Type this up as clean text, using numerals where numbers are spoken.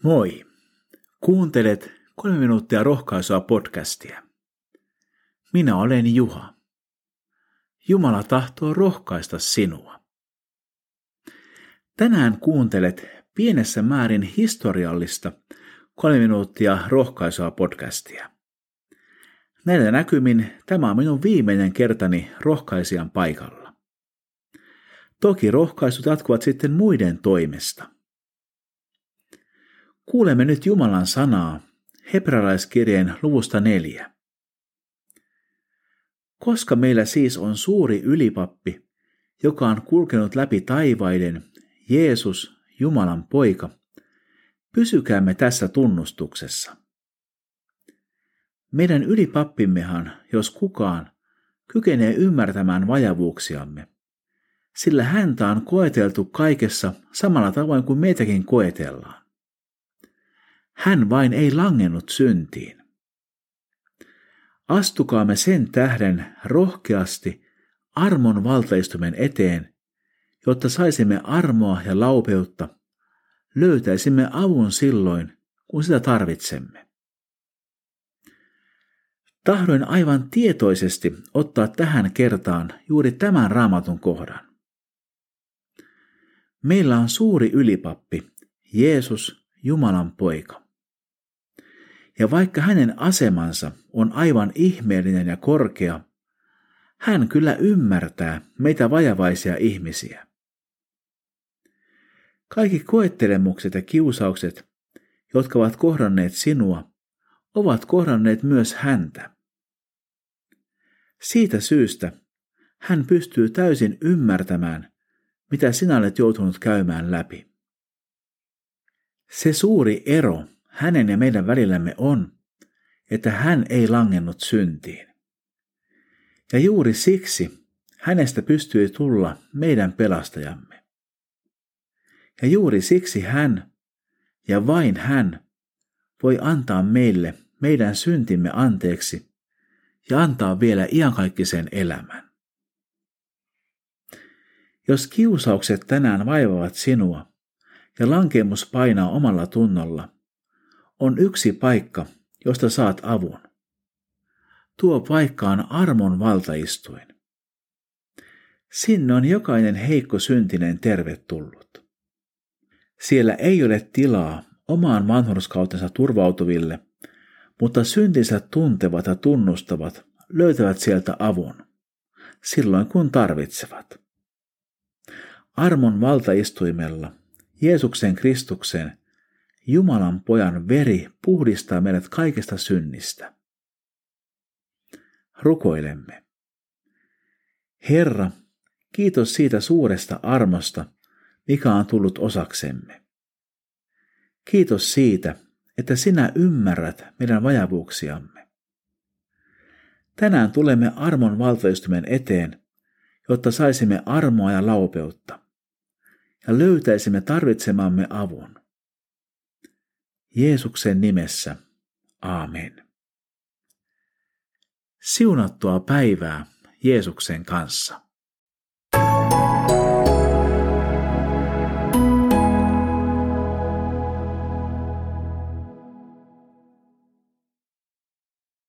Moi! Kuuntelet 3 minuuttia rohkaisua podcastia. Minä olen Juha. Jumala tahtoo rohkaista sinua. Tänään kuuntelet pienessä määrin historiallista 3 minuuttia rohkaisua podcastia. Näillä näkymin tämä on minun viimeinen kertani rohkaisijan paikalla. Toki rohkaisut jatkuvat sitten muiden toimesta. Kuulemme nyt Jumalan sanaa Hebrealaiskirjeen luvusta 4. Koska meillä siis on suuri ylipappi, joka on kulkenut läpi taivaiden, Jeesus, Jumalan poika, pysykäämme tässä tunnustuksessa. Meidän ylipappimmehan, jos kukaan, kykenee ymmärtämään vajavuuksiamme, sillä häntä on koeteltu kaikessa samalla tavoin kuin meitäkin koetellaan. Hän vain ei langennut syntiin. Astukaamme sen tähden rohkeasti armon valtaistumen eteen, jotta saisimme armoa ja laupeutta, löytäisimme avun silloin, kun sitä tarvitsemme. Tahdoin aivan tietoisesti ottaa tähän kertaan juuri tämän raamatun kohdan. Meillä on suuri ylipappi, Jeesus, Jumalan poika. Ja vaikka hänen asemansa on aivan ihmeellinen ja korkea, hän kyllä ymmärtää meitä vajavaisia ihmisiä. Kaikki koettelemukset ja kiusaukset, jotka ovat kohdanneet sinua, ovat kohdanneet myös häntä. Siitä syystä hän pystyy täysin ymmärtämään, mitä sinä olet joutunut käymään läpi. Se suuri ero hänen ja meidän välillämme on, että hän ei langennut syntiin. Ja juuri siksi hänestä pystyi tulla meidän pelastajamme. Ja juuri siksi hän, ja vain hän, voi antaa meille meidän syntimme anteeksi ja antaa vielä iankaikkisen elämän. Jos kiusaukset tänään vaivavat sinua ja lankemus painaa omalla tunnolla, on yksi paikka, josta saat avun. Tuo paikka on armon valtaistuin. Sinne on jokainen heikko syntinen tervetullut. Siellä ei ole tilaa omaan vanhurskautensa turvautuville, mutta syntinsä tuntevat ja tunnustavat löytävät sieltä avun, silloin kun tarvitsevat. Armon valtaistuimella, Jeesuksen Kristuksen, Jumalan pojan veri puhdistaa meidät kaikesta synnistä. Rukoilemme. Herra, kiitos siitä suuresta armosta, mikä on tullut osaksemme. Kiitos siitä, että sinä ymmärrät meidän vajavuuksiamme. Tänään tulemme armon valtaistumen eteen, jotta saisimme armoa ja laupeutta ja löytäisimme tarvitsemamme avun. Jeesuksen nimessä. Aamen. Siunattua päivää Jeesuksen kanssa.